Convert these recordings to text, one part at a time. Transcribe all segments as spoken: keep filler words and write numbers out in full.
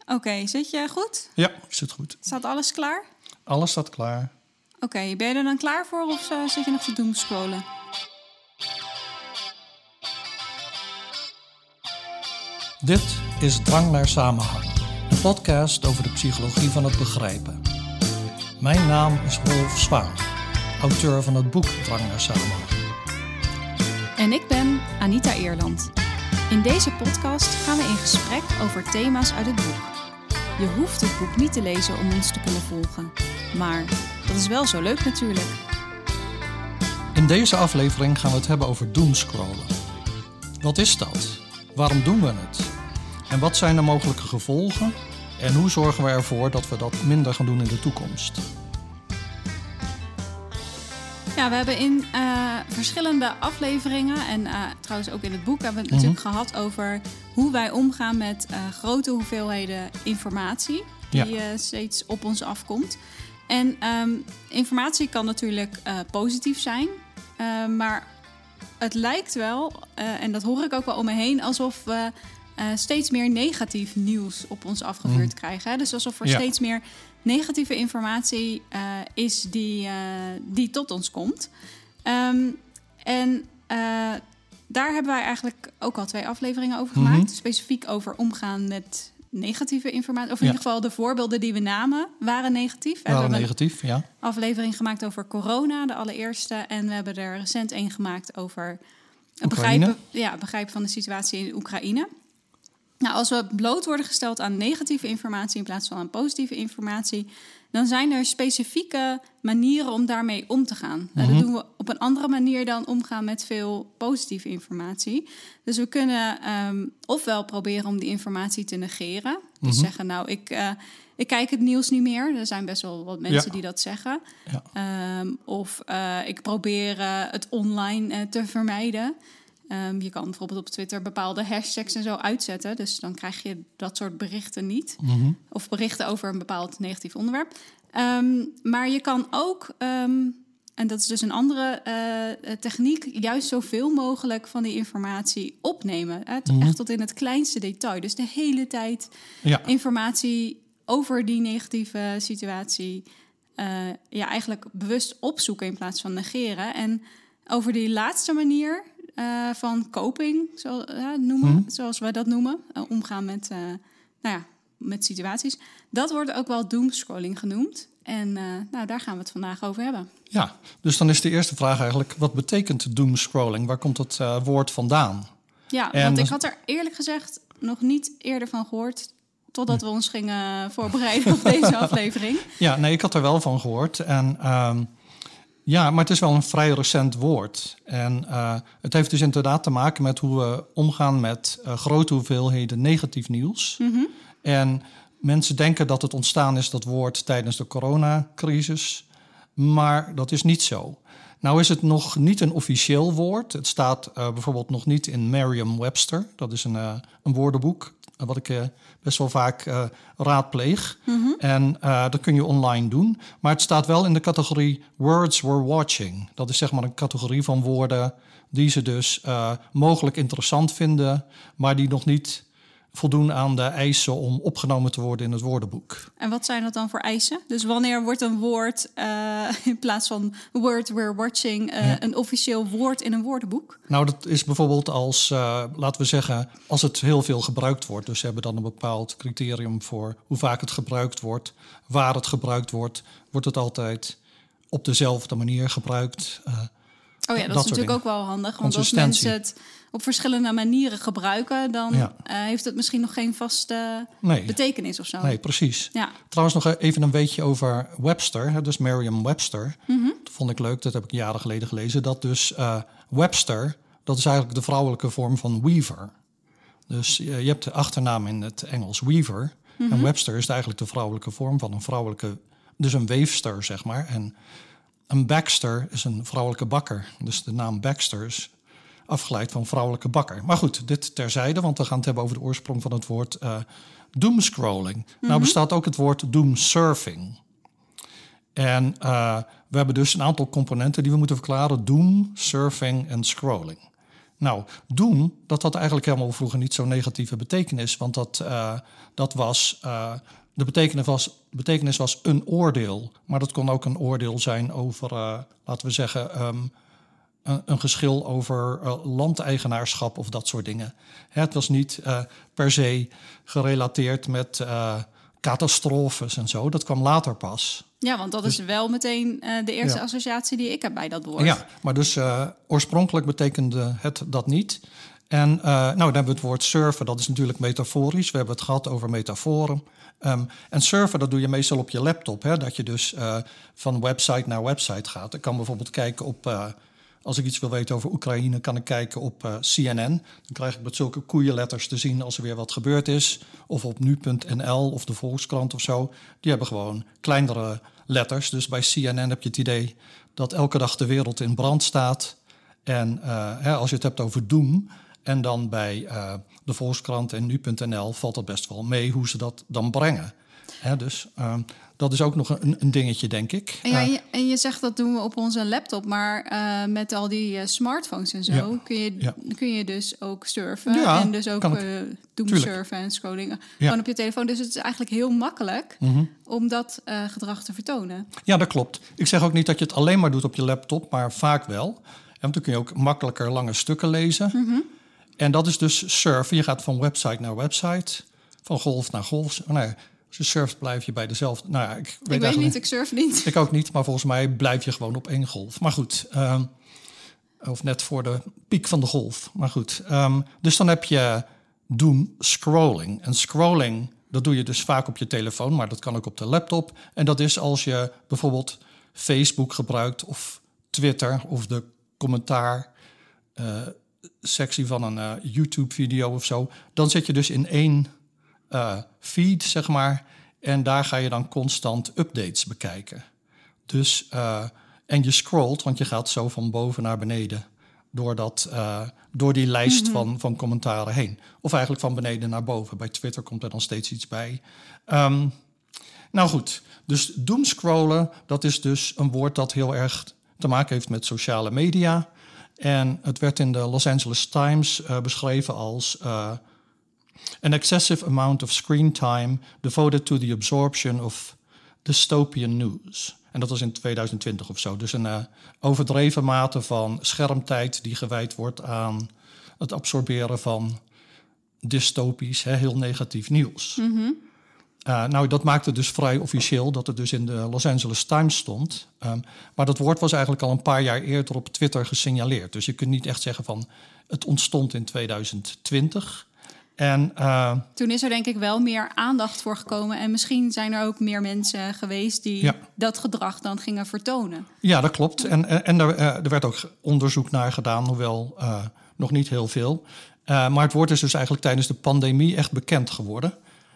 Oké, okay, zit je goed? Ja, ik zit goed. Staat alles klaar? Alles staat klaar. Oké, okay, ben je er dan klaar voor of uh, zit je nog te doomscrollen? Dit is Drang naar Samenhang, de podcast over de psychologie van het begrijpen. Mijn naam is Rolf Zwaan, auteur van het boek Drang naar Samenhang. En ik ben Anita Eerland. In deze podcast gaan we in gesprek over thema's uit het boek. Je hoeft het boek niet te lezen om ons te kunnen volgen. Maar dat is wel zo leuk natuurlijk. In deze aflevering gaan we het hebben over doomscrollen. Wat is dat? Waarom doen we het? En wat zijn de mogelijke gevolgen? En hoe zorgen we ervoor dat we dat minder gaan doen in de toekomst? Ja, we hebben in uh, verschillende afleveringen en uh, trouwens ook in het boek hebben we het mm-hmm. natuurlijk gehad over hoe wij omgaan met uh, grote hoeveelheden informatie die ja. uh, steeds op ons afkomt. En um, informatie kan natuurlijk uh, positief zijn, uh, maar het lijkt wel, uh, en dat hoor ik ook wel om me heen, alsof we uh, steeds meer negatief nieuws op ons afgevuurd mm. krijgen. Hè? Dus alsof er ja. steeds meer negatieve informatie uh, is die, uh, die tot ons komt. Um, en uh, daar hebben wij eigenlijk ook al twee afleveringen over gemaakt. Mm-hmm. Specifiek over omgaan met negatieve informatie. Of in ja. ieder geval de voorbeelden die we namen waren negatief. Waren we hebben negatief, ja. Een aflevering gemaakt over corona, de allereerste. En we hebben er recent een gemaakt over het begrijpen, ja, begrijpen van de situatie in Oekraïne. Nou, als we bloot worden gesteld aan negatieve informatie in plaats van aan positieve informatie, dan zijn er specifieke manieren om daarmee om te gaan. Mm-hmm. Dat doen we op een andere manier dan omgaan met veel positieve informatie. Dus we kunnen um, ofwel proberen om die informatie te negeren. Dus mm-hmm. zeggen, nou, ik, uh, ik kijk het nieuws niet meer. Er zijn best wel wat mensen ja. die dat zeggen. Ja. Um, of uh, ik probeer uh, het online uh, te vermijden. Um, je kan bijvoorbeeld op Twitter bepaalde hashtags en zo uitzetten. Dus dan krijg je dat soort berichten niet. Mm-hmm. Of berichten over een bepaald negatief onderwerp. Um, maar je kan ook, um, en dat is dus een andere uh, techniek, juist zoveel mogelijk van die informatie opnemen. Hè? Mm-hmm. Echt tot in het kleinste detail. Dus de hele tijd ja. informatie over die negatieve situatie uh, ja, eigenlijk bewust opzoeken in plaats van negeren. En over die laatste manier Uh, van coping, zo, uh, noemen, hmm. zoals wij dat noemen. Uh, omgaan met, uh, nou ja, met situaties. Dat wordt ook wel doomscrolling genoemd. En uh, nou, daar gaan we het vandaag over hebben. Ja, dus dan is de eerste vraag eigenlijk, wat betekent doomscrolling? Waar komt het uh, woord vandaan? Ja, en want ik had er eerlijk gezegd nog niet eerder van gehoord, totdat we ons gingen voorbereiden op deze aflevering. Ja, nee, ik had er wel van gehoord. En Uh, Ja, maar het is wel een vrij recent woord. En uh, het heeft dus inderdaad te maken met hoe we omgaan met uh, grote hoeveelheden negatief nieuws. Mm-hmm. En mensen denken dat het ontstaan is, dat woord, tijdens de coronacrisis. Maar dat is niet zo. Nou is het nog niet een officieel woord. Het staat uh, bijvoorbeeld nog niet in Merriam-Webster. Dat is een, uh, een woordenboek wat ik uh, best wel vaak uh, raadpleeg. Mm-hmm. En uh, dat kun je online doen. Maar het staat wel in de categorie Words We're Watching. Dat is zeg maar een categorie van woorden die ze dus uh, mogelijk interessant vinden, maar die nog niet voldoen aan de eisen om opgenomen te worden in het woordenboek. En wat zijn dat dan voor eisen? Dus wanneer wordt een woord uh, in plaats van word we're watching uh, ja. een officieel woord in een woordenboek? Nou, dat is bijvoorbeeld als, uh, laten we zeggen, als het heel veel gebruikt wordt. Dus ze hebben dan een bepaald criterium voor hoe vaak het gebruikt wordt, waar het gebruikt wordt. Wordt het altijd op dezelfde manier gebruikt? Uh, Oh ja, dat, dat is natuurlijk ook wel handig. Want als mensen het op verschillende manieren gebruiken, dan ja. uh, heeft het misschien nog geen vaste nee. betekenis of zo. Nee, precies. Ja. Trouwens nog even een beetje over Webster, dus Merriam-Webster. Mm-hmm. Dat vond ik leuk, dat heb ik jaren geleden gelezen. Dat dus uh, Webster, dat is eigenlijk de vrouwelijke vorm van Weaver. Dus uh, je hebt de achternaam in het Engels Weaver. Mm-hmm. En Webster is eigenlijk de vrouwelijke vorm van een vrouwelijke, dus een weefster, zeg maar. En een Baxter is een vrouwelijke bakker. Dus de naam Baxter is afgeleid van vrouwelijke bakker. Maar goed, dit terzijde, want we gaan het hebben over de oorsprong van het woord uh, doomscrolling. Mm-hmm. Nou bestaat ook het woord doomsurfing. En uh, we hebben dus een aantal componenten die we moeten verklaren. Doom, surfing en scrolling. Nou, doom, dat had eigenlijk helemaal vroeger niet zo'n negatieve betekenis. Want dat, uh, dat was, uh, de betekenis was, betekenis was een oordeel. Maar dat kon ook een oordeel zijn over, uh, laten we zeggen, um, een, een geschil over uh, landeigenaarschap of dat soort dingen. Hè, het was niet uh, per se gerelateerd met uh, catastrofes en zo. Dat kwam later pas. Ja, want dat dus, is wel meteen uh, de eerste ja. associatie die ik heb bij dat woord. Ja, maar dus uh, oorspronkelijk betekende het dat niet. En uh, nou, dan hebben we het woord surfen, dat is natuurlijk metaforisch. We hebben het gehad over metaforen. Um, en surfen, dat doe je meestal op je laptop. Hè? Dat je dus uh, van website naar website gaat. Ik kan bijvoorbeeld kijken op... Uh, als ik iets wil weten over Oekraïne, kan ik kijken op uh, C N N. Dan krijg ik met zulke koeienletters te zien als er weer wat gebeurd is. Of op nu punt n l of de Volkskrant of zo. Die hebben gewoon kleinere letters. Dus bij C N N heb je het idee dat elke dag de wereld in brand staat. En uh, hè, als je het hebt over doom... en dan bij uh, de Volkskrant en nu punt n l valt dat best wel mee hoe ze dat dan brengen. Hè, dus uh, dat is ook nog een, een dingetje, denk ik. En, ja, en, je, en je zegt dat doen we op onze laptop, maar uh, met al die uh, smartphones en zo ja, kun, je, ja. kun je dus ook surfen. Ja, en dus ook uh, doomsurfen en scrolling. Ja. Gewoon op je telefoon. Dus het is eigenlijk heel makkelijk mm-hmm. om dat uh, gedrag te vertonen. Ja, dat klopt. Ik zeg ook niet dat je het alleen maar doet op je laptop, maar vaak wel. Want dan kun je ook makkelijker lange stukken lezen. Mm-hmm. En dat is dus surfen. Je gaat van website naar website, van golf naar golf. Oh, nee, als je surft blijf je bij dezelfde... Nou ja, ik weet, ik weet niet, ik surf niet. Ik ook niet, maar volgens mij blijf je gewoon op één golf. Maar goed, um, of net voor de piek van de golf. Maar goed, um, dus dan heb je doom scrolling. En scrolling, dat doe je dus vaak op je telefoon, maar dat kan ook op de laptop. En dat is als je bijvoorbeeld Facebook gebruikt of Twitter of de commentaar... Uh, sectie van een uh, YouTube-video of zo... dan zit je dus in één uh, feed, zeg maar... en daar ga je dan constant updates bekijken. Dus, uh, en je scrolt, want je gaat zo van boven naar beneden... door, dat, uh, door die lijst mm-hmm. van, van commentaren heen. Of eigenlijk van beneden naar boven. Bij Twitter komt er dan steeds iets bij. Um, nou goed, dus doomscrollen... dat is dus een woord dat heel erg te maken heeft met sociale media... En het werd in de Los Angeles Times uh, beschreven als... Uh, an excessive amount of screen time devoted to the absorption of dystopian news. En dat was in twintig twintig of zo. Dus een uh, overdreven mate van schermtijd die gewijd wordt aan het absorberen van dystopisch, hè, heel negatief nieuws. Mm-hmm. Uh, nou, dat maakte dus vrij officieel dat het dus in de Los Angeles Times stond. Um, maar dat woord was eigenlijk al een paar jaar eerder op Twitter gesignaleerd. Dus je kunt niet echt zeggen van het ontstond in twintig twintig. En, uh, toen is er denk ik wel meer aandacht voor gekomen. En misschien zijn er ook meer mensen geweest die ja. dat gedrag dan gingen vertonen. Ja, dat klopt. En, en, en er, uh, er werd ook onderzoek naar gedaan, hoewel uh, nog niet heel veel. Uh, maar het woord is dus eigenlijk tijdens de pandemie echt bekend geworden.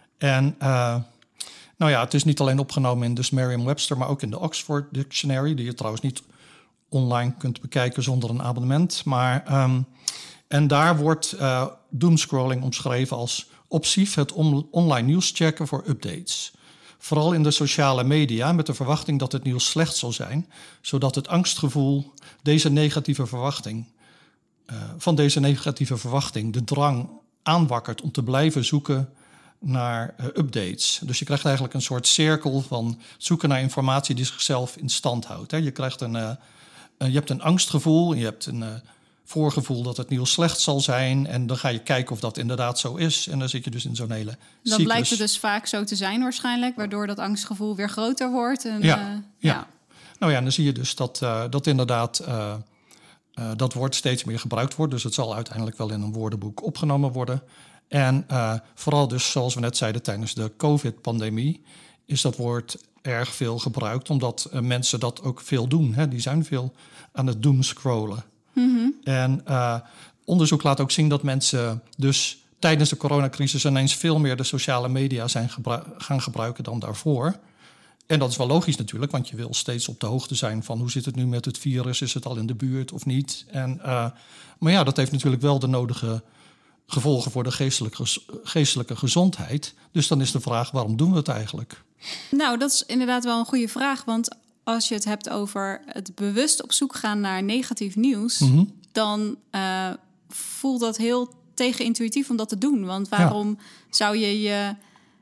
En uh, nou ja, het is niet alleen opgenomen in dus Merriam-Webster... maar ook in de Oxford Dictionary... die je trouwens niet online kunt bekijken zonder een abonnement. Maar, um, en daar wordt uh, doomscrolling omschreven als... obsessief het on- online nieuws checken voor updates. Vooral in de sociale media met de verwachting dat het nieuws slecht zal zijn... zodat het angstgevoel deze negatieve verwachting... Uh, van deze negatieve verwachting de drang aanwakkert om te blijven zoeken... naar uh, updates. Dus je krijgt eigenlijk een soort cirkel van zoeken naar informatie die zichzelf in stand houdt. Hè. Je krijgt een, uh, uh, je hebt een angstgevoel, je hebt een uh, voorgevoel dat het nieuws slecht zal zijn en dan ga je kijken of dat inderdaad zo is en dan zit je dus in zo'n hele cyclus. Dan blijkt het dus vaak zo te zijn waarschijnlijk, waardoor dat angstgevoel weer groter wordt. En, ja, uh, ja. ja. Nou ja, en dan zie je dus dat, uh, dat inderdaad uh, uh, dat woord steeds meer gebruikt wordt. Dus het zal uiteindelijk wel in een woordenboek opgenomen worden. En uh, vooral dus, zoals we net zeiden, tijdens de COVID-pandemie... is dat woord erg veel gebruikt, omdat uh, mensen dat ook veel doen. Hè? Die zijn veel aan het doomscrollen. Mm-hmm. En uh, onderzoek laat ook zien dat mensen dus tijdens de coronacrisis... ineens veel meer de sociale media zijn gebru- gaan gebruiken dan daarvoor. En dat is wel logisch natuurlijk, want je wil steeds op de hoogte zijn... van hoe zit het nu met het virus, is het al in de buurt of niet? En, uh, maar ja, dat heeft natuurlijk wel de nodige... gevolgen voor de geestelijke, geestelijke gezondheid. Dus dan is de vraag, waarom doen we het eigenlijk? Nou, dat is inderdaad wel een goede vraag. Want als je het hebt over het bewust op zoek gaan naar negatief nieuws... Mm-hmm. dan uh, voelt dat heel tegenintuïtief om dat te doen. Want waarom ja. zou je je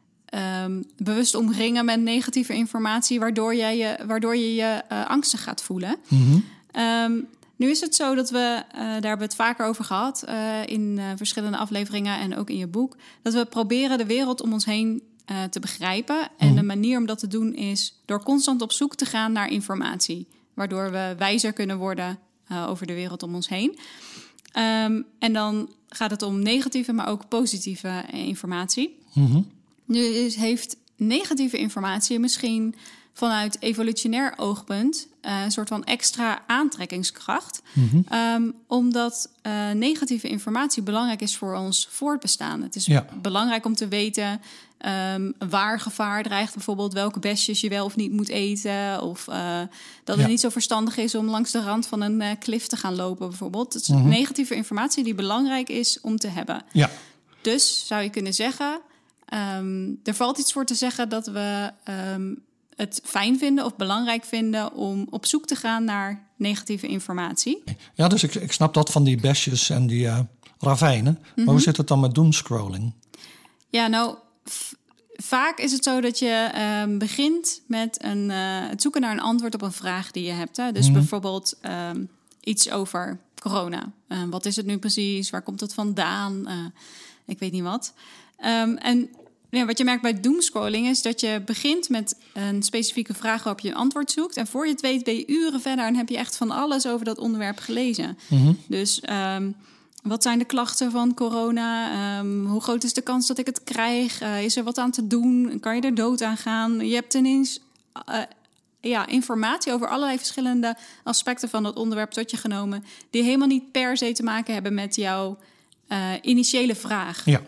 um, bewust omringen met negatieve informatie, waardoor, jij je, waardoor je je uh, angstig gaat voelen? Mm-hmm. Um, nu is het zo dat we, uh, daar hebben we het vaker over gehad uh, in uh, verschillende afleveringen en ook in je boek, dat we proberen de wereld om ons heen uh, te begrijpen. Mm-hmm. En de manier om dat te doen is door constant op zoek te gaan naar informatie, waardoor we wijzer kunnen worden uh, over de wereld om ons heen. Um, en dan gaat het om negatieve, maar ook positieve informatie. Mm-hmm. Dus heeft negatieve informatie misschien vanuit evolutionair oogpunt uh, een soort van extra aantrekkingskracht. Mm-hmm. Um, omdat uh, negatieve informatie belangrijk is voor ons voortbestaan. Het is ja. belangrijk om te weten um, waar gevaar dreigt. Bijvoorbeeld welke besjes je wel of niet moet eten. Of uh, dat het ja. niet zo verstandig is om langs de rand van een uh, klif te gaan lopen bijvoorbeeld. Het is mm-hmm. negatieve informatie die belangrijk is om te hebben. Ja. Dus zou je kunnen zeggen, um, er valt iets voor te zeggen dat we Um, het fijn vinden of belangrijk vinden om op zoek te gaan naar negatieve informatie. Ja, dus ik, ik snap dat van die besjes en die uh, ravijnen. Mm-hmm. Maar hoe zit het dan met doomscrolling? Ja, nou, v- vaak is het zo dat je uh, begint met een, uh, het zoeken naar een antwoord op een vraag die je hebt. Hè? Dus mm-hmm. bijvoorbeeld uh, iets over corona. Uh, wat is het nu precies? Waar komt het vandaan? Uh, ik weet niet wat. Um, en Ja, wat je merkt bij doomscrolling is dat je begint met een specifieke vraag waarop je een antwoord zoekt. En voor je het weet ben je uren verder en heb je echt van alles over dat onderwerp gelezen. Mm-hmm. Dus um, wat zijn de klachten van corona? Um, hoe groot is de kans dat ik het krijg? Uh, is er wat aan te doen? Kan je er dood aan gaan? Je hebt ineens uh, ja, informatie over allerlei verschillende aspecten van dat onderwerp tot je genomen, die helemaal niet per se te maken hebben met jouw uh, initiële vraag. Ja.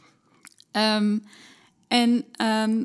Um, En um,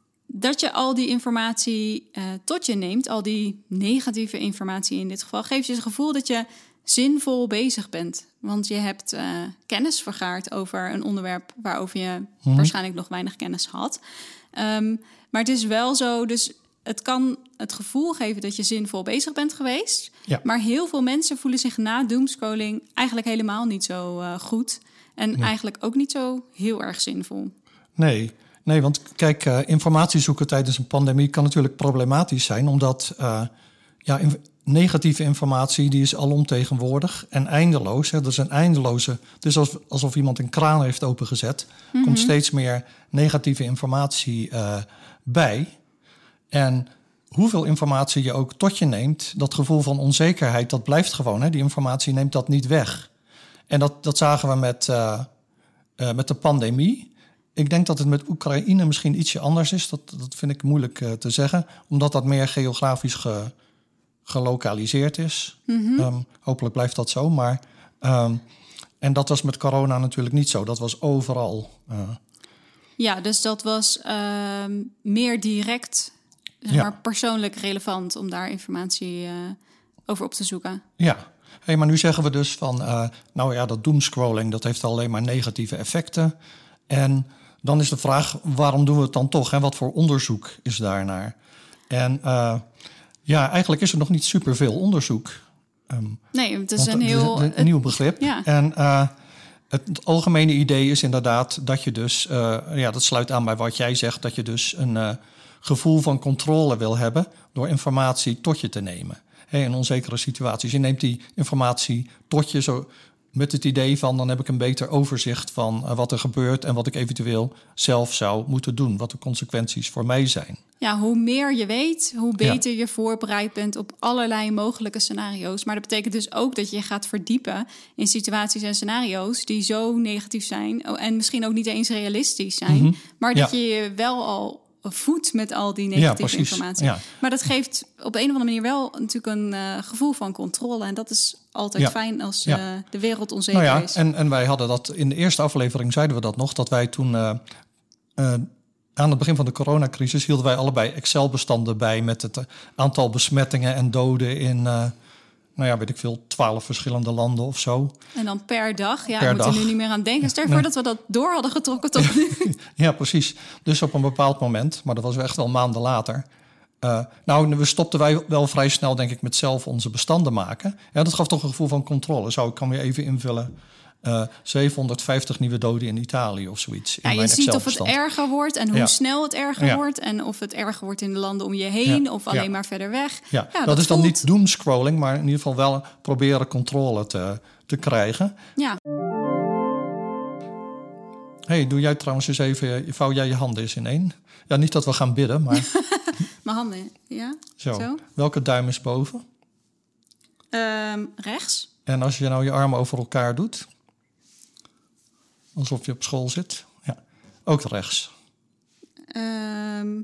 dat je al die informatie uh, tot je neemt, al die negatieve informatie in dit geval, geeft je het gevoel dat je zinvol bezig bent. Want je hebt uh, kennis vergaard over een onderwerp waarover je hmm. waarschijnlijk nog weinig kennis had. Um, maar het is wel zo, dus het kan het gevoel geven dat je zinvol bezig bent geweest. Ja. Maar heel veel mensen voelen zich na doomscrolling eigenlijk helemaal niet zo uh, goed. En nee. eigenlijk ook niet zo heel erg zinvol. Nee. Nee, want kijk, uh, informatie zoeken tijdens een pandemie kan natuurlijk problematisch zijn, omdat uh, ja, in, negatieve informatie die is alomtegenwoordig en eindeloos. Hè, dat is een eindeloze. Dus alsof, alsof iemand een kraan heeft opengezet, mm-hmm. komt steeds meer negatieve informatie uh, bij. En hoeveel informatie je ook tot je neemt, dat gevoel van onzekerheid, dat blijft gewoon. Hè, die informatie neemt dat niet weg. En dat, dat zagen we met, uh, uh, met de pandemie. Ik denk dat het met Oekraïne misschien ietsje anders is. Dat, dat vind ik moeilijk uh, te zeggen. Omdat dat meer geografisch ge, gelokaliseerd is. Mm-hmm. Um, hopelijk blijft dat zo. Maar, um, en dat was met corona natuurlijk niet zo. Dat was overal. Uh, ja, dus dat was uh, meer direct, zeg ja. maar persoonlijk relevant om daar informatie uh, over op te zoeken. Ja. Hey, maar nu zeggen we dus van, uh, nou ja, dat doomscrolling, dat heeft alleen maar negatieve effecten. En dan is de vraag, waarom doen we het dan toch? En wat voor onderzoek is daarnaar? En uh, ja, eigenlijk is er nog niet superveel onderzoek. Um, nee, het is een heel... Het is een nieuw begrip. Ja. En uh, het, het algemene idee is inderdaad dat je dus... Uh, ja, dat sluit aan bij wat jij zegt, dat je dus een uh, gevoel van controle wil hebben door informatie tot je te nemen. Hey, in onzekere situaties. Je neemt die informatie tot je zo met het idee van, dan heb ik een beter overzicht van uh, wat er gebeurt en wat ik eventueel zelf zou moeten doen. Wat de consequenties voor mij zijn. Ja, hoe meer je weet, hoe beter ja. je voorbereid bent op allerlei mogelijke scenario's. Maar dat betekent dus ook dat je gaat verdiepen in situaties en scenario's die zo negatief zijn en misschien ook niet eens realistisch zijn. Mm-hmm. Maar dat ja. je je wel al voedt met al die negatieve ja, informatie. Ja. Maar dat geeft op een of andere manier wel natuurlijk een uh, gevoel van controle. En dat is altijd ja. fijn als uh, ja. de wereld onzeker nou ja, is. En, en wij hadden dat in de eerste aflevering, zeiden we dat nog, dat wij toen uh, uh, aan het begin van de coronacrisis hielden wij allebei Excel-bestanden bij met het uh, aantal besmettingen en doden in, uh, nou ja, weet ik veel, twaalf verschillende landen of zo. En dan per dag. Ja, per ik moet dag. er nu niet meer aan denken. Stel je voor nee. dat we dat door hadden getrokken tot nu. Ja, precies. Dus op een bepaald moment, maar dat was echt wel maanden later, Uh, nou, we stopten wij wel vrij snel, denk ik, met zelf onze bestanden maken. Ja, dat gaf toch een gevoel van controle. Zo, ik kan weer even invullen. Uh, zevenhonderdvijftig nieuwe doden in Italië of zoiets. Ja, in je mijn ziet of het erger wordt en hoe ja. snel het erger ja. wordt. En of het erger wordt in de landen om je heen ja. of alleen ja. maar verder weg. Ja, ja dat, dat is voelt... dan niet doomscrolling, maar in ieder geval wel proberen controle te, te krijgen. Ja. Hey, doe jij trouwens eens even, vouw jij je handen eens in één? Ja, niet dat we gaan bidden, maar... Mijn handen, ja. Zo. Zo. Welke duim is boven? Um, rechts. En als je nou je armen over elkaar doet, alsof je op school zit, ja, ook rechts. Um,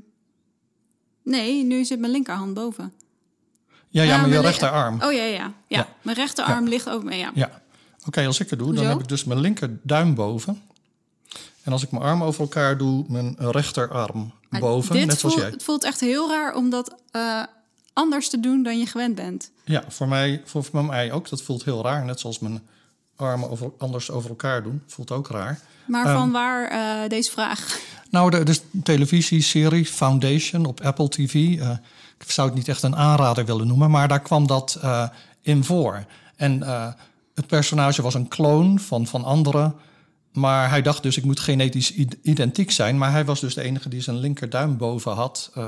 nee, nu zit mijn linkerhand boven. Ja, ja, uh, maar je rechterarm. Oh ja, ja, ja. ja. Mijn rechterarm ja. ligt ook mee, ja. Ja. Oké, okay, als ik het doe, Hoezo? Dan heb ik dus mijn linkerduim boven. En als ik mijn armen over elkaar doe, mijn rechterarm maar boven, net zoals voelt, jij. Het voelt echt heel raar om dat uh, anders te doen dan je gewend bent. Ja, voor mij, voor mij ook. Dat voelt heel raar. Net zoals mijn armen over, anders over elkaar doen. Voelt ook raar. Maar van um, waar uh, deze vraag? Nou, de, de televisieserie Foundation op Apple T V. Uh, ik zou het niet echt een aanrader willen noemen, maar daar kwam dat uh, in voor. En uh, het personage was een kloon van, van anderen. Maar hij dacht dus, ik moet genetisch identiek zijn. Maar hij was dus de enige die zijn linkerduim boven had. Uh,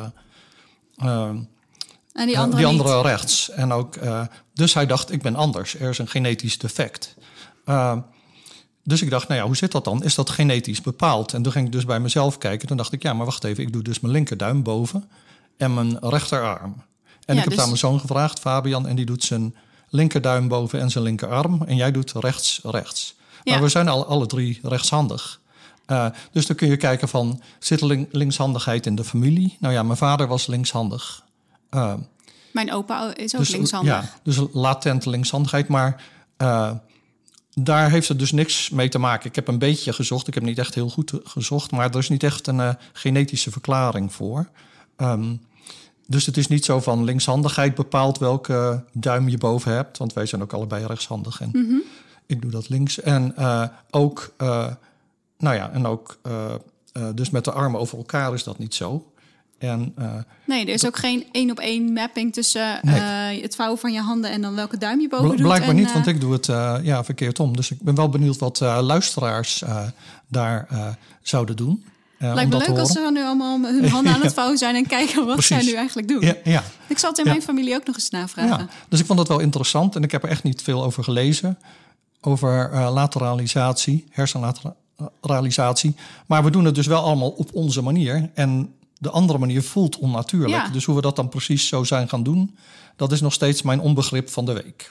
uh, en die andere, uh, die andere niet. rechts. En ook, uh, dus hij dacht, ik ben anders. Er is een genetisch defect. Uh, dus ik dacht, nou ja, hoe zit dat dan? Is dat genetisch bepaald? En toen ging ik dus bij mezelf kijken. Toen dacht ik, ja, maar wacht even. Ik doe dus mijn linkerduim boven en mijn rechterarm. En ja, ik heb dus aan mijn zoon gevraagd, Fabian. En die doet zijn linkerduim boven en zijn linkerarm. En jij doet rechts, rechts. Ja. Maar we zijn al, alle drie rechtshandig. Uh, dus dan kun je kijken van, zit er linkshandigheid in de familie? Nou ja, mijn vader was linkshandig. Uh, mijn opa is ook dus, linkshandig. Ja, dus latente linkshandigheid. Maar uh, daar heeft het dus niks mee te maken. Ik heb een beetje gezocht. Ik heb niet echt heel goed gezocht. Maar er is niet echt een uh, genetische verklaring voor. Um, dus het is niet zo van linkshandigheid bepaalt welke duim je boven hebt. Want wij zijn ook allebei rechtshandig. En mm-hmm. ik doe dat links. En uh, ook, uh, nou ja, en ook, uh, uh, dus met de armen over elkaar is dat niet zo. En, uh, nee, er is dat, ook geen één op één mapping tussen uh, nee. het vouwen van je handen en dan welke duim je boven Bl- doet. Blijkbaar en, niet, uh, want ik doe het uh, ja, verkeerd om. Dus ik ben wel benieuwd wat uh, luisteraars uh, daar uh, zouden doen. Uh, Lijkt me leuk als ze nu allemaal hun handen aan het vouwen zijn en kijken wat zij nu eigenlijk doen. Ja, ja. Ik zal het in ja. mijn familie ook nog eens navragen. Ja. Dus ik vond dat wel interessant en ik heb er echt niet veel over gelezen. Over uh, lateralisatie, hersenlateralisatie. Maar we doen het dus wel allemaal op onze manier. En de andere manier voelt onnatuurlijk. Ja. Dus hoe we dat dan precies zo zijn gaan doen, dat is nog steeds mijn onbegrip van de week.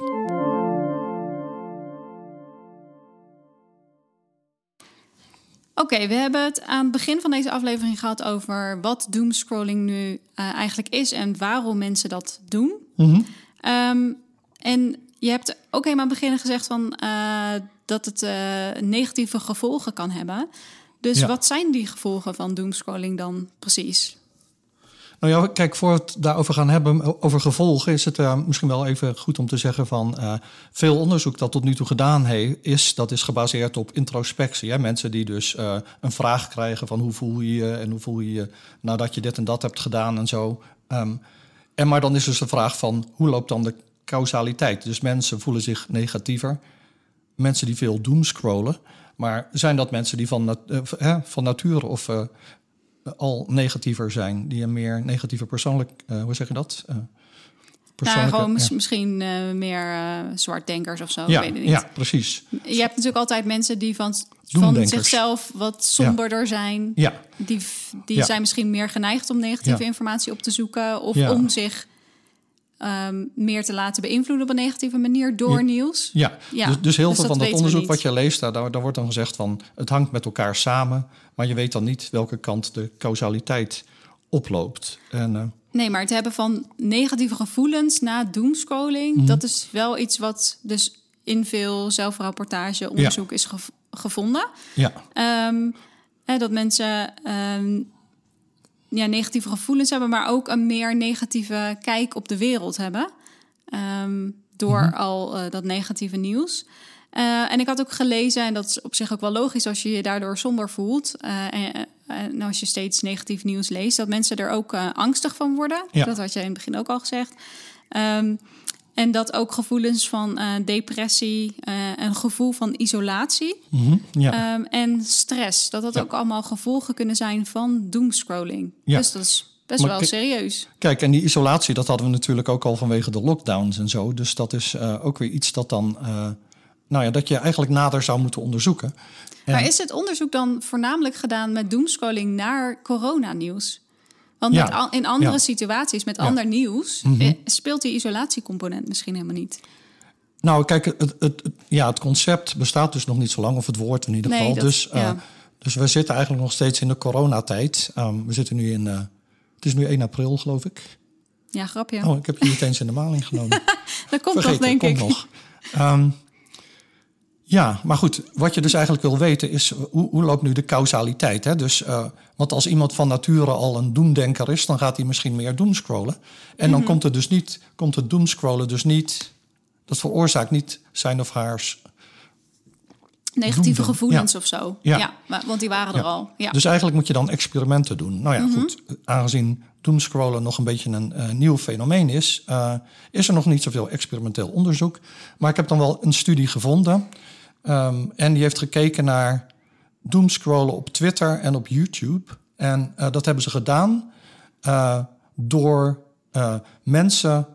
Oké, okay, we hebben het aan het begin van deze aflevering gehad over wat doomscrolling nu uh, eigenlijk is en waarom mensen dat doen. Mm-hmm. Um, en je hebt ook helemaal aan het begin gezegd van, uh, dat het uh, negatieve gevolgen kan hebben. Dus ja. Wat zijn die gevolgen van doomscrolling dan precies? Nou ja, kijk, voor we het daarover gaan hebben, over gevolgen, is het uh, misschien wel even goed om te zeggen van uh, veel onderzoek dat tot nu toe gedaan heeft, is, dat is gebaseerd op introspectie. Hè? Mensen die dus uh, een vraag krijgen van hoe voel je je en hoe voel je je nadat je dit en dat hebt gedaan en zo. Um, en maar dan is dus de vraag van hoe loopt dan de causaliteit? Dus mensen voelen zich negatiever. Mensen die veel doomscrollen. Maar zijn dat mensen die van, nat- uh, van nature of uh, al negatiever zijn, die een meer negatieve persoonlijk, uh, hoe zeg je dat? Uh, nou, gewoon ja. misschien uh, meer uh, zwartdenkers of zo. Ja, weet ik niet. Ja, precies. Je hebt natuurlijk altijd mensen die van, van zichzelf wat somberder ja. zijn. Ja. Die, die ja. zijn misschien meer geneigd om negatieve ja. informatie op te zoeken of ja. om zich Um, meer te laten beïnvloeden op een negatieve manier door ja. nieuws. Ja, ja. Dus, dus heel dus veel van dat onderzoek wat je leest, daar, daar wordt dan gezegd van het hangt met elkaar samen, maar je weet dan niet welke kant de causaliteit oploopt. En, uh, nee, maar het hebben van negatieve gevoelens na doomscrolling, mm-hmm. dat is wel iets wat dus in veel zelfrapportage onderzoek ja. is gev- gevonden. Ja. Um, hè, dat mensen um, ja, negatieve gevoelens hebben, maar ook een meer negatieve kijk op de wereld hebben. Um, door mm-hmm. al uh, dat negatieve nieuws. Uh, en ik had ook gelezen, en dat is op zich ook wel logisch als je je daardoor somber voelt. Uh, en, nou, als je steeds negatief nieuws leest, dat mensen er ook uh, angstig van worden. Ja. Dat had je in het begin ook al gezegd. Um, en dat ook gevoelens van uh, depressie, uh, een gevoel van isolatie mm-hmm, ja. um, en stress. Dat dat ja. ook allemaal gevolgen kunnen zijn van doomscrolling. Ja. Dus dat is best maar wel k- serieus. Kijk, en die isolatie, dat hadden we natuurlijk ook al vanwege de lockdowns en zo. Dus dat is uh, ook weer iets dat dan, uh, nou ja, dat je eigenlijk nader zou moeten onderzoeken. En... Maar is het onderzoek dan voornamelijk gedaan met doomscrolling naar coronanieuws? Want ja. met al, in andere ja. situaties, met ja. ander nieuws, mm-hmm. speelt die isolatiecomponent misschien helemaal niet. Nou, kijk, het, het, het, ja, het concept bestaat dus nog niet zo lang, of het woord in ieder nee, geval. Dat, dus, ja. uh, dus we zitten eigenlijk nog steeds in de coronatijd. Um, we zitten nu in, uh, het is nu één april, geloof ik. Ja, grapje. Oh, ik heb je niet eens in de maling genomen. Dat komt Vergeet, toch, denk dat ik. Komt nog. Um, Ja, maar goed, wat je dus eigenlijk wil weten is, hoe, hoe loopt nu de causaliteit? Hè? Dus, uh, want als iemand van nature al een doemdenker is, dan gaat hij misschien meer doomscrollen. En mm-hmm. dan komt het dus niet, komt het doomscrollen dus niet, dat veroorzaakt niet zijn of haar negatieve doemden. gevoelens ja. of zo. Ja. ja, want die waren ja. er al. Ja. Dus eigenlijk moet je dan experimenten doen. Nou ja, mm-hmm. goed, aangezien doomscrollen nog een beetje een uh, nieuw fenomeen is, uh, is er nog niet zoveel experimenteel onderzoek. Maar ik heb dan wel een studie gevonden. Um, en die heeft gekeken naar doomscrollen op Twitter en op YouTube. En uh, dat hebben ze gedaan uh, door uh, mensen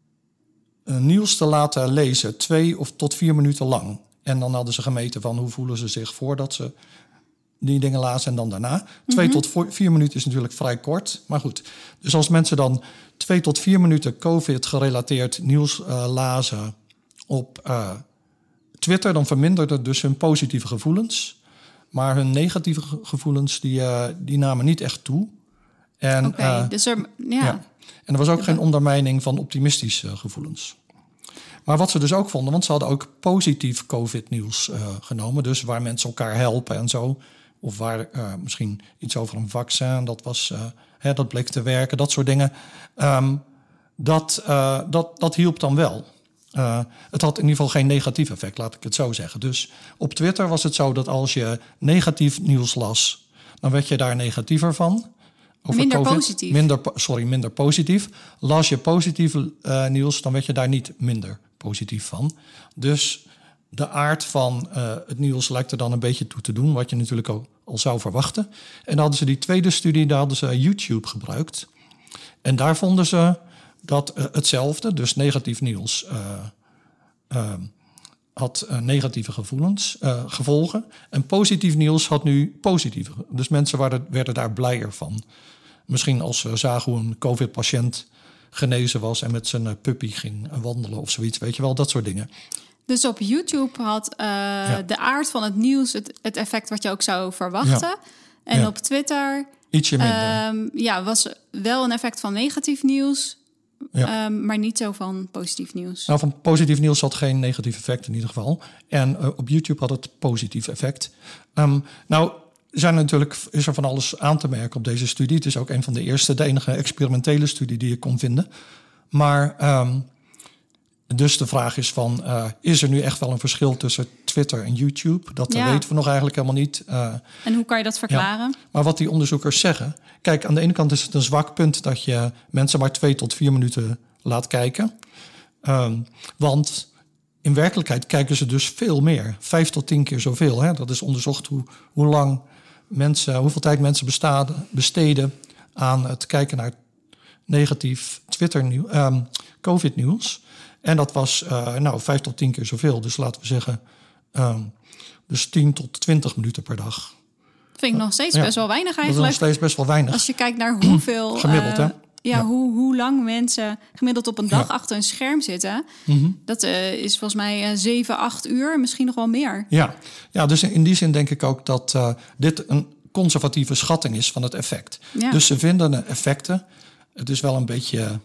uh, nieuws te laten lezen, twee of tot vier minuten lang. En dan hadden ze gemeten van hoe voelen ze zich voordat ze die dingen lazen en dan daarna. Mm-hmm. Twee tot vier minuten is natuurlijk vrij kort, maar goed. Dus als mensen dan twee tot vier minuten COVID-gerelateerd nieuws uh, lazen op uh, Twitter, dan verminderde dus hun positieve gevoelens. Maar hun negatieve gevoelens, die, uh, die namen niet echt toe. En, Oké, okay, uh, dus er... Ja. ja. En er was ook ja. geen ondermijning van optimistische gevoelens. Maar wat ze dus ook vonden, want ze hadden ook positief COVID-nieuws uh, genomen. Dus waar mensen elkaar helpen en zo. Of waar uh, misschien iets over een vaccin, dat, was, uh, hè, dat bleek te werken, dat soort dingen. Um, dat, uh, dat, dat hielp dan wel. Uh, het had in ieder geval geen negatief effect, laat ik het zo zeggen. Dus op Twitter was het zo dat als je negatief nieuws las, dan werd je daar negatiever van. Over minder COVID. Positief. Minder, sorry, minder positief. Las je positief uh, nieuws, dan werd je daar niet minder positief van. Dus de aard van uh, het nieuws lijkt er dan een beetje toe te doen, wat je natuurlijk ook al zou verwachten. En dan hadden ze die tweede studie, daar hadden ze YouTube gebruikt. En daar vonden ze dat uh, hetzelfde, dus negatief nieuws, uh, uh, had uh, negatieve gevoelens, uh, gevolgen. En positief nieuws had nu positieve. Dus mensen waren, werden daar blijer van. Misschien als ze zagen hoe een COVID-patiënt genezen was en met zijn uh, puppy ging wandelen of zoiets, weet je wel, dat soort dingen. Dus op YouTube had uh, ja. de aard van het nieuws het, het effect wat je ook zou verwachten. Ja. En ja. op Twitter ietsje minder. Um, ja, was wel een effect van negatief nieuws. Ja. Um, maar niet zo van positief nieuws. Nou, van positief nieuws had geen negatief effect in ieder geval. En uh, op YouTube had het positief effect. Um, nou, zijn natuurlijk, is er van alles aan te merken op deze studie. Het is ook een van de eerste, de enige experimentele studie die ik kon vinden. Maar um, dus de vraag is van, uh, is er nu echt wel een verschil tussen Twitter en YouTube? Dat ja. weten we nog eigenlijk helemaal niet. Uh, en hoe kan je dat verklaren? Ja. Maar wat die onderzoekers zeggen, kijk, aan de ene kant is het een zwak punt dat je mensen maar twee tot vier minuten laat kijken. Um, want in werkelijkheid kijken ze dus veel meer. Vijf tot tien keer zoveel. Hè? Dat is onderzocht hoe, hoe lang mensen, hoeveel tijd mensen bestaden, besteden aan het kijken naar negatief Twitter-nieuws, um, COVID-nieuws. En dat was uh, nou, vijf tot tien keer zoveel. Dus laten we zeggen, um, dus tien tot twintig minuten per dag. Dat vind ik nog steeds uh, best ja, wel weinig eigenlijk. Dat is nog steeds best wel weinig. Als je kijkt naar hoeveel... Gemiddeld, uh, hè? Ja, ja. Hoe, hoe lang mensen gemiddeld op een dag ja. achter een scherm zitten. Mm-hmm. Dat uh, is volgens mij uh, zeven, acht uur, misschien nog wel meer. Ja, ja, dus in die zin denk ik ook dat uh, dit een conservatieve schatting is van het effect. Ja. Dus ze vinden de effecten. Het is wel een beetje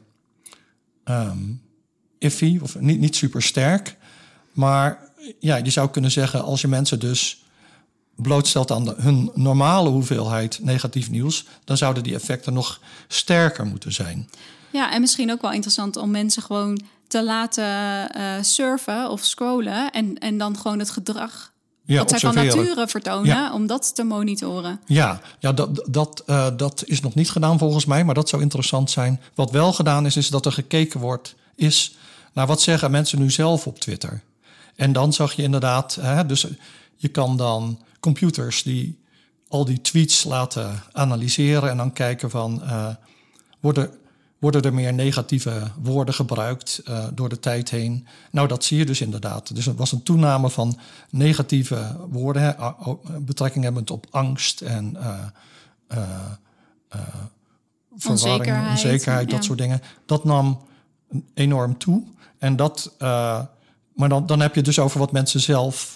um, iffy, of niet, niet super sterk. Maar ja, je zou kunnen zeggen, als je mensen dus blootstelt aan de, hun normale hoeveelheid negatief nieuws, dan zouden die effecten nog sterker moeten zijn. Ja, en misschien ook wel interessant om mensen gewoon te laten uh, surfen of scrollen en, en dan gewoon het gedrag Ja, wat zij van nature vertonen, ja. om dat te monitoren. Ja, ja dat, dat, uh, dat is nog niet gedaan volgens mij, maar dat zou interessant zijn. Wat wel gedaan is, is dat er gekeken wordt, is naar wat zeggen mensen nu zelf op Twitter. En dan zag je inderdaad, hè, dus je kan dan computers die al die tweets laten analyseren en dan kijken van, uh, worden, worden er meer negatieve woorden gebruikt uh, door de tijd heen? Nou, dat zie je dus inderdaad. Dus er was een toename van negatieve woorden, hè, betrekking hebbend op angst en uh, uh, uh, verwarring, onzekerheid, onzekerheid dat ja. soort dingen. Dat nam enorm toe. En dat, uh, maar dan, dan heb je het dus over wat mensen zelf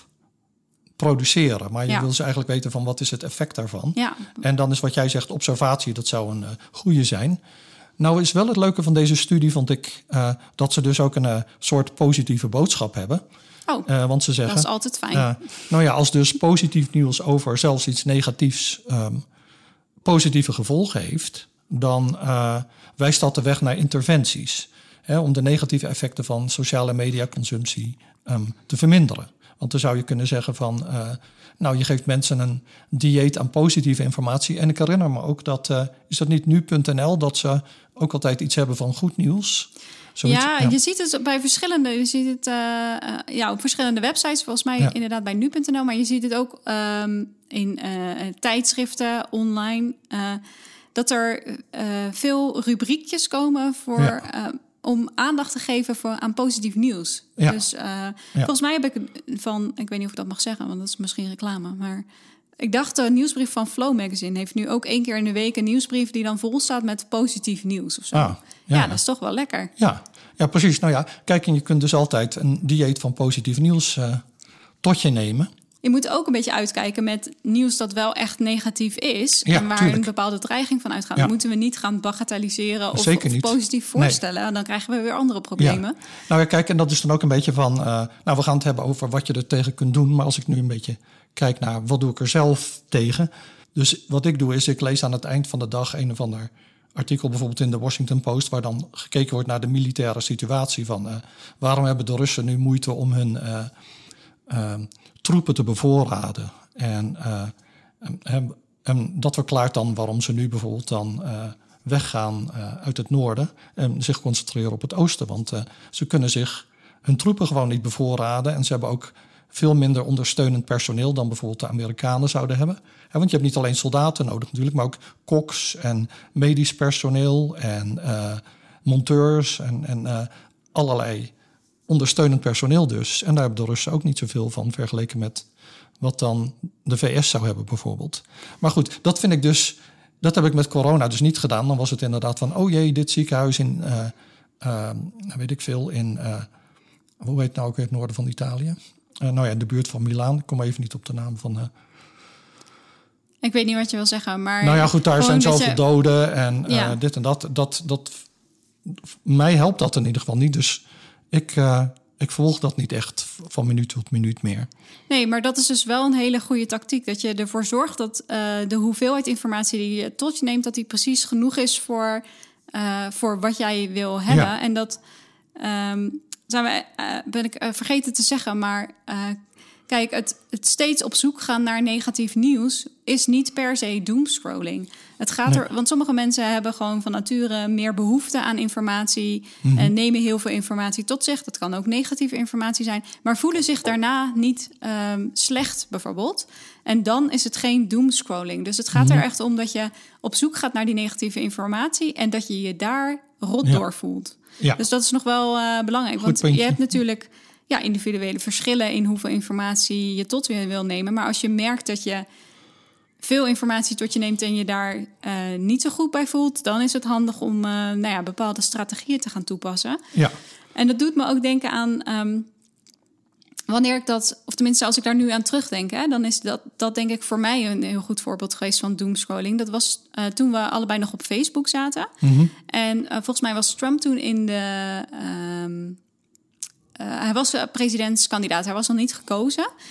produceren. Maar je ja. wil dus eigenlijk weten van wat is het effect daarvan. Ja. En dan is wat jij zegt, observatie, dat zou een uh, goede zijn. Nou is wel het leuke van deze studie, vond ik, uh, dat ze dus ook een uh, soort positieve boodschap hebben. Oh, uh, want ze zeggen, dat is altijd fijn. Uh, nou ja, als dus positief nieuws over zelfs iets negatiefs um, positieve gevolgen heeft, dan uh, wijst dat de weg naar interventies. Hè, om de negatieve effecten van sociale mediaconsumptie um, te verminderen. Want dan zou je kunnen zeggen van, uh, nou, je geeft mensen een dieet aan positieve informatie. En ik herinner me ook dat, uh, is dat niet nu punt n l, dat ze ook altijd iets hebben van goed nieuws? Zoiets, ja, ja, je ziet het bij verschillende, je ziet het uh, uh, ja, op verschillende websites, volgens mij ja. inderdaad bij nu punt n l, maar je ziet het ook um, in uh, tijdschriften, online, uh, dat er uh, veel rubriekjes komen voor... Ja. Uh, om aandacht te geven voor, aan positief nieuws. Ja. Dus uh, ja. volgens mij heb ik van... Ik weet niet of ik dat mag zeggen, want dat is misschien reclame. Maar ik dacht, de nieuwsbrief van Flow Magazine heeft nu ook één keer in de week een nieuwsbrief die dan vol staat met positief nieuws of zo. Ah, ja. ja, dat is toch wel lekker. Ja, ja, precies. Nou ja, kijk, en je kunt dus altijd een dieet van positief nieuws uh, tot je nemen. Je moet ook een beetje uitkijken met nieuws dat wel echt negatief is. Ja, en waar tuurlijk. een bepaalde dreiging van uitgaat. Ja. Dan moeten we niet gaan bagatelliseren of, Zeker of niet. positief voorstellen. Nee. Dan krijgen we weer andere problemen. Ja. Nou ja, kijk, en dat is dan ook een beetje van... Uh, nou, we gaan het hebben over wat je er tegen kunt doen. Maar als ik nu een beetje kijk naar wat doe ik er zelf tegen. Dus wat ik doe is, ik lees aan het eind van de dag een of ander artikel, bijvoorbeeld in de Washington Post, waar dan gekeken wordt naar de militaire situatie. Van uh, waarom hebben de Russen nu moeite om hun... Uh, uh, troepen te bevoorraden. En, uh, en, en dat verklaart dan waarom ze nu bijvoorbeeld dan uh, weggaan uh, uit het noorden en zich concentreren op het oosten. Want uh, ze kunnen zich hun troepen gewoon niet bevoorraden en ze hebben ook veel minder ondersteunend personeel dan bijvoorbeeld de Amerikanen zouden hebben. Ja, want je hebt niet alleen soldaten nodig natuurlijk, maar ook koks en medisch personeel en uh, monteurs en, en uh, allerlei ondersteunend personeel dus. En daar hebben de Russen ook niet zoveel van vergeleken met wat dan de V S zou hebben bijvoorbeeld. Maar goed, dat vind ik dus, dat heb ik met corona dus niet gedaan. Dan was het inderdaad van, oh jee, dit ziekenhuis in, uh, uh, weet ik veel, in, uh, hoe heet het nou ook weer het noorden van Italië? Uh, nou ja, in de buurt van Milaan. Ik kom even niet op de naam van... Uh, ik weet niet wat je wil zeggen, maar... Nou ja, goed, daar zijn zoveel je... doden en uh, ja. dit en dat, dat, dat. Mij helpt dat in ieder geval niet, dus... Ik, uh, ik volg dat niet echt van minuut tot minuut meer. Nee, maar dat is dus wel een hele goede tactiek. Dat je ervoor zorgt dat uh, de hoeveelheid informatie die je tot je neemt... dat die precies genoeg is voor, uh, voor wat jij wil hebben. Ja. En dat um, zijn we, uh, ben ik uh, vergeten te zeggen, maar... Uh, Kijk, het, het steeds op zoek gaan naar negatief nieuws is niet per se doomscrolling. Het gaat nee. er, want sommige mensen hebben gewoon van nature meer behoefte aan informatie, mm-hmm. en nemen heel veel informatie tot zich. Dat kan ook negatieve informatie zijn, maar voelen zich daarna niet um, slecht bijvoorbeeld. En dan is het geen doomscrolling. Dus het gaat mm-hmm. er echt om dat je op zoek gaat naar die negatieve informatie en dat je je daar rot ja. door voelt. Ja. Dus dat is nog wel uh, belangrijk, want je hebt natuurlijk... Ja, individuele verschillen in hoeveel informatie je tot je wil nemen. Maar als je merkt dat je veel informatie tot je neemt en je daar uh, niet zo goed bij voelt, dan is het handig om uh, nou ja, bepaalde strategieën te gaan toepassen. Ja. En dat doet me ook denken aan um, wanneer ik dat, of tenminste als ik daar nu aan terugdenk, hè, dan is dat, dat denk ik voor mij een heel goed voorbeeld geweest van doomscrolling. Dat was uh, toen we allebei nog op Facebook zaten. Mm-hmm. En uh, volgens mij was Trump toen in de... Um, Uh, hij was presidentskandidaat, hij was nog niet gekozen. Mm-hmm.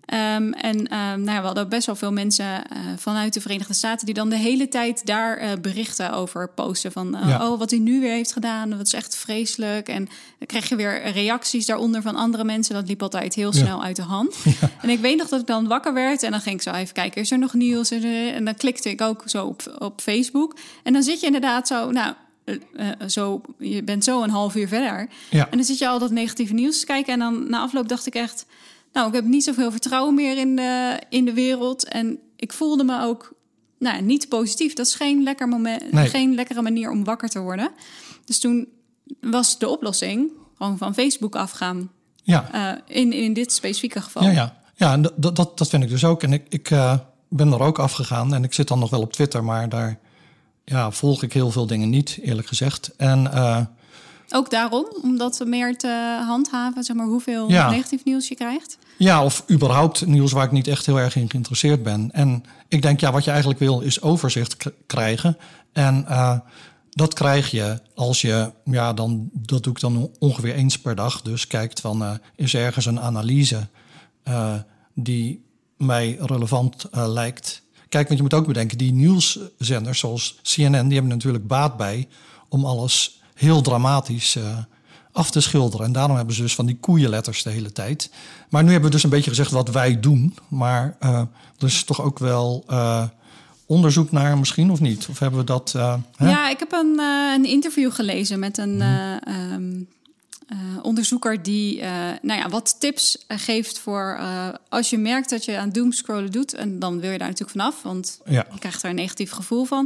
Um, en um, nou ja, we hadden best wel veel mensen uh, vanuit de Verenigde Staten die dan de hele tijd daar uh, berichten over posten. Van uh, ja. oh, wat hij nu weer heeft gedaan, dat is echt vreselijk. En dan krijg je weer reacties daaronder van andere mensen. Dat liep altijd heel snel ja. uit de hand. Ja. En ik weet nog dat ik dan wakker werd en dan ging ik zo even kijken, is er nog nieuws? En dan klikte ik ook zo op, op Facebook. En dan zit je inderdaad zo, nou, uh, uh, zo, je bent zo een half uur verder. Ja. En dan zit je al dat negatieve nieuws te kijken. En dan na afloop dacht ik echt, nou, ik heb niet zoveel vertrouwen meer in de, in de wereld. En ik voelde me ook nou, niet positief. Dat is geen, lekker moment, nee. geen lekkere manier om wakker te worden. Dus toen was de oplossing gewoon van Facebook afgaan. Ja. Uh, in, in dit specifieke geval. Ja, ja. ja en dat, dat, dat vind ik dus ook. En ik, ik uh, ben er ook afgegaan. En ik zit dan nog wel op Twitter, maar daar ja, volg ik heel veel dingen niet, eerlijk gezegd. En Uh, ook daarom, om dat meer te handhaven, zeg maar, hoeveel ja. negatief nieuws je krijgt? Ja, of überhaupt nieuws waar ik niet echt heel erg in geïnteresseerd ben. En ik denk, ja, wat je eigenlijk wil is overzicht k- krijgen. En uh, dat krijg je als je, ja, dan, dat doe ik dan ongeveer eens per dag. Dus kijkt van, uh, is ergens een analyse uh, die mij relevant uh, lijkt. Kijk, want je moet ook bedenken, die nieuwszenders zoals C N N, die hebben natuurlijk baat bij om alles heel dramatisch uh, af te schilderen. En daarom hebben ze dus van die koeienletters de hele tijd. Maar nu hebben we dus een beetje gezegd wat wij doen. Maar uh, er is toch ook wel uh, onderzoek naar misschien, of niet? Of hebben we dat Uh, ja, ik heb een, uh, een interview gelezen met een uh, um, uh, onderzoeker die uh, nou ja, wat tips geeft voor Uh, als je merkt dat je aan doomscrollen doet. En dan wil je daar natuurlijk vanaf, want ja. je krijgt er een negatief gevoel van.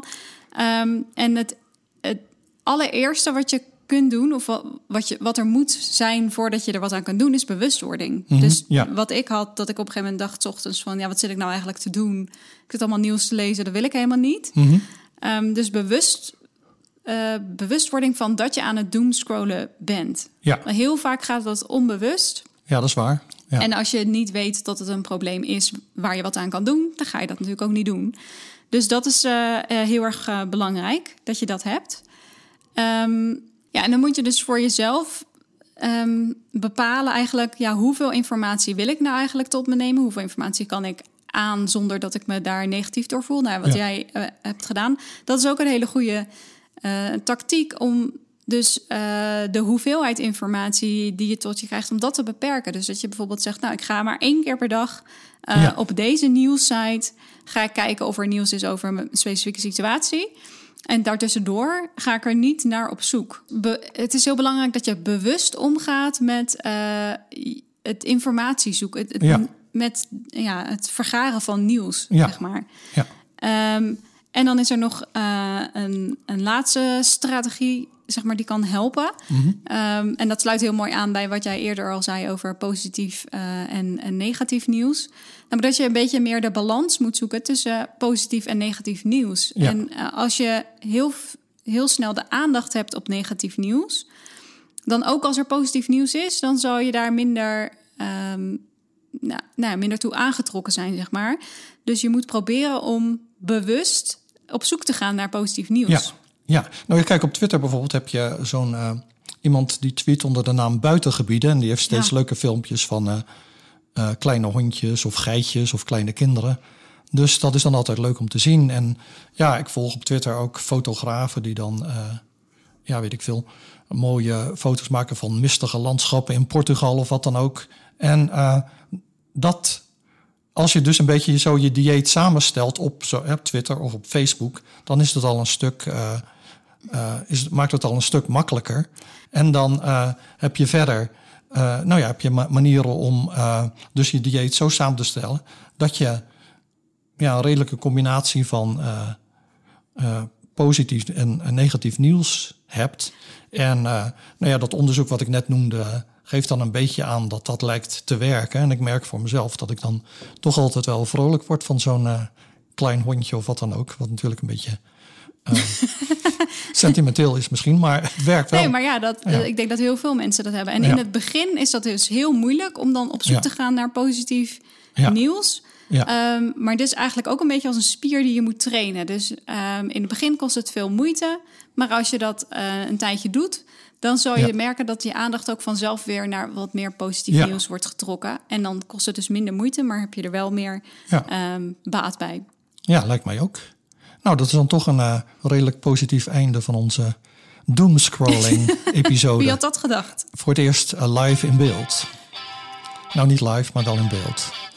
Um, en het, het allereerste wat je kunt doen, of wat, wat, je, wat er moet zijn voordat je er wat aan kan doen, is bewustwording. Mm-hmm, dus ja. wat ik had, dat ik op een gegeven moment dacht 's ochtends van, ja, wat zit ik nou eigenlijk te doen? Ik zit allemaal nieuws te lezen, dat wil ik helemaal niet. Mm-hmm. Um, dus bewust, uh, bewustwording van dat je aan het doomscrollen bent. Ja. Heel vaak gaat dat onbewust. Ja, dat is waar. Ja. En als je niet weet dat het een probleem is waar je wat aan kan doen, dan ga je dat natuurlijk ook niet doen. Dus dat is uh, uh, heel erg uh, belangrijk, dat je dat hebt. Um, ja, en dan moet je dus voor jezelf um, bepalen eigenlijk, ja, hoeveel informatie wil ik nou eigenlijk tot me nemen? Hoeveel informatie kan ik aan zonder dat ik me daar negatief door voel? Nou, wat ja. jij uh, hebt gedaan, dat is ook een hele goede uh, tactiek om dus uh, de hoeveelheid informatie die je tot je krijgt, om dat te beperken. Dus dat je bijvoorbeeld zegt, nou, ik ga maar één keer per dag uh, ja. op deze nieuwssite ga ik kijken of er nieuws is over een specifieke situatie. En daartussendoor ga ik er niet naar op zoek. Be- het is heel belangrijk dat je bewust omgaat met uh, het informatiezoeken. Het, het, ja. Met ja, het vergaren van nieuws, ja. zeg maar. Ja. Um, en dan is er nog uh, een, een laatste strategie, zeg maar, die kan helpen. Mm-hmm. Um, en dat sluit heel mooi aan bij wat jij eerder al zei over positief uh, en, en negatief nieuws. Nou, dat je een beetje meer de balans moet zoeken tussen positief en negatief nieuws. Ja. En uh, als je heel, heel snel de aandacht hebt op negatief nieuws, dan ook als er positief nieuws is, dan zal je daar minder, um, nou, nou, minder toe aangetrokken zijn, zeg maar. Dus je moet proberen om bewust op zoek te gaan naar positief nieuws. Ja, ja. Nou, kijk, op Twitter bijvoorbeeld heb je zo'n uh, iemand die tweet onder de naam Buitengebieden. En die heeft steeds ja. leuke filmpjes van Uh, Uh, kleine hondjes of geitjes of kleine kinderen. Dus dat is dan altijd leuk om te zien. En ja, ik volg op Twitter ook fotografen die dan, uh, ja, weet ik veel, mooie foto's maken van mistige landschappen in Portugal of wat dan ook. En uh, dat, als je dus een beetje zo je dieet samenstelt op zo, op Twitter of op Facebook, dan is het al een stuk, uh, uh, is, maakt het al een stuk makkelijker. En dan uh, heb je verder Uh, nou ja, heb je ma- manieren om uh, dus je dieet zo samen te stellen dat je ja, een redelijke combinatie van uh, uh, positief en, en negatief nieuws hebt. En uh, nou ja, dat onderzoek wat ik net noemde geeft dan een beetje aan dat dat lijkt te werken. En ik merk voor mezelf dat ik dan toch altijd wel vrolijk word van zo'n uh, klein hondje of wat dan ook. Wat natuurlijk een beetje Uh, sentimenteel is misschien, maar het werkt wel. Nee, maar ja, dat, ja. ik denk dat heel veel mensen dat hebben. En ja. in het begin is dat dus heel moeilijk om dan op zoek ja. te gaan naar positief ja. nieuws. Ja. Um, maar dit is eigenlijk ook een beetje als een spier die je moet trainen. Dus um, in het begin kost het veel moeite. Maar als je dat uh, een tijdje doet, dan zal je ja. merken dat je aandacht ook vanzelf weer naar wat meer positief ja. nieuws wordt getrokken. En dan kost het dus minder moeite, maar heb je er wel meer ja. um, baat bij. Ja, lijkt mij ook. Nou, dat is dan toch een uh, redelijk positief einde van onze doomscrolling-episode. Wie had dat gedacht? Voor het eerst uh, live in beeld. Nou, niet live, maar wel in beeld.